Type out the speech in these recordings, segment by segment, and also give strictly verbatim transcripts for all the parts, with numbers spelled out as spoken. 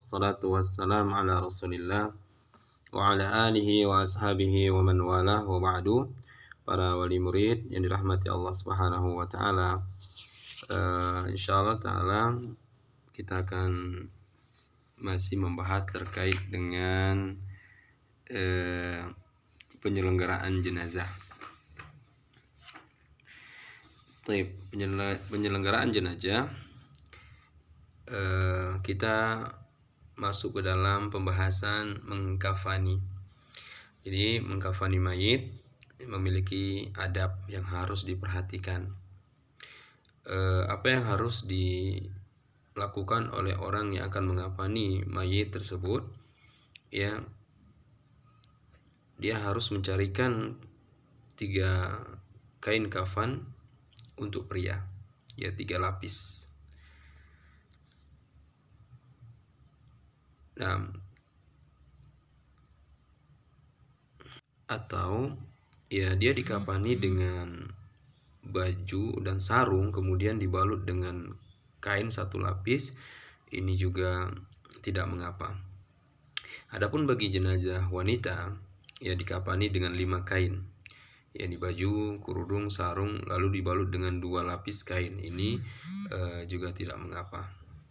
Salatu wassalam ala Rasulillah wa ala alihi wa ashabihi wa man walah wa ba'du. Para wali murid yang dirahmati Allah Subhanahu wa taala. Uh, insyaallah taala kita akan masih membahas terkait dengan uh, penyelenggaraan jenazah. Baik, penyelenggaraan jenazah uh, kita masuk ke dalam pembahasan mengkafani. Jadi mengkafani mayit memiliki adab yang harus diperhatikan. E, apa yang harus dilakukan oleh orang yang akan mengkafani mayit tersebut? Ya, dia harus mencarikan tiga kain kafan untuk pria, ya tiga lapis. Nah, atau ya dia dikafani dengan baju dan sarung kemudian dibalut dengan kain satu lapis, ini juga tidak mengapa. Adapun bagi jenazah wanita ya dikafani dengan lima kain, ya di baju, kerudung, sarung lalu dibalut dengan dua lapis kain, ini eh, juga tidak mengapa.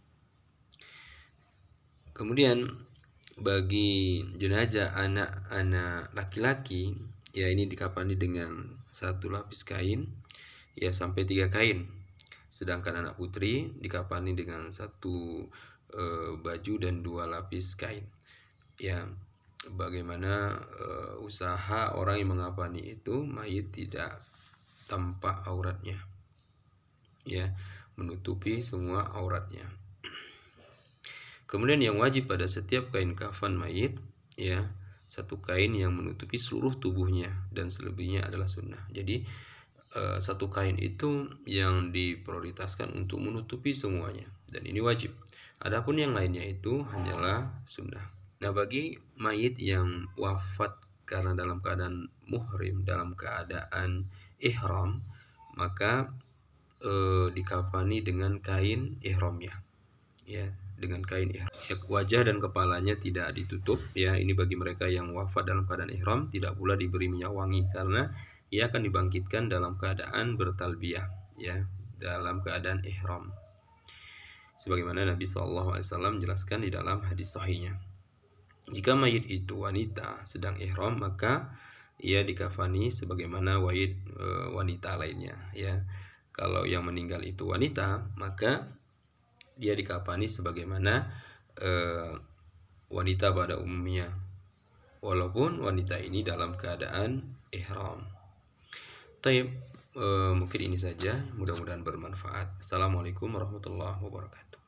Kemudian bagi jenazah anak-anak laki-laki ya ini dikafani dengan satu lapis kain ya sampai tiga kain. Sedangkan anak putri dikafani dengan satu e, baju dan dua lapis kain. Ya, bagaimana e, usaha orang yang mengkafani itu mayit tidak tampak auratnya. Ya, menutupi semua auratnya. Kemudian yang wajib pada setiap kain kafan mayit ya satu kain yang menutupi seluruh tubuhnya dan selebihnya adalah sunnah. Jadi eh, satu kain itu yang diprioritaskan untuk menutupi semuanya dan ini wajib. Adapun yang lainnya itu hanyalah sunnah. Nah, bagi mayit yang wafat karena dalam keadaan muhrim, dalam keadaan ihram, maka eh, dikafani dengan kain ihramnya. Ya, dengan kain ihram. Ya, wajah dan kepalanya tidak ditutup ya, ini bagi mereka yang wafat dalam keadaan ihram. Tidak pula diberi minyak wangi karena ia akan dibangkitkan dalam keadaan bertalbiyah ya, dalam keadaan ihram. Sebagaimana Nabi shallallahu alaihi wasallam menjelaskan di dalam hadis sahihnya. Jika mayit itu wanita sedang ihram maka ia dikafani sebagaimana mayit e, wanita lainnya ya. Kalau yang meninggal itu wanita maka dia dikafani sebagaimana uh, wanita pada umumnya, walaupun wanita ini dalam keadaan ihram. Taib, uh, mungkin ini saja, mudah-mudahan bermanfaat. Assalamualaikum warahmatullahi wabarakatuh.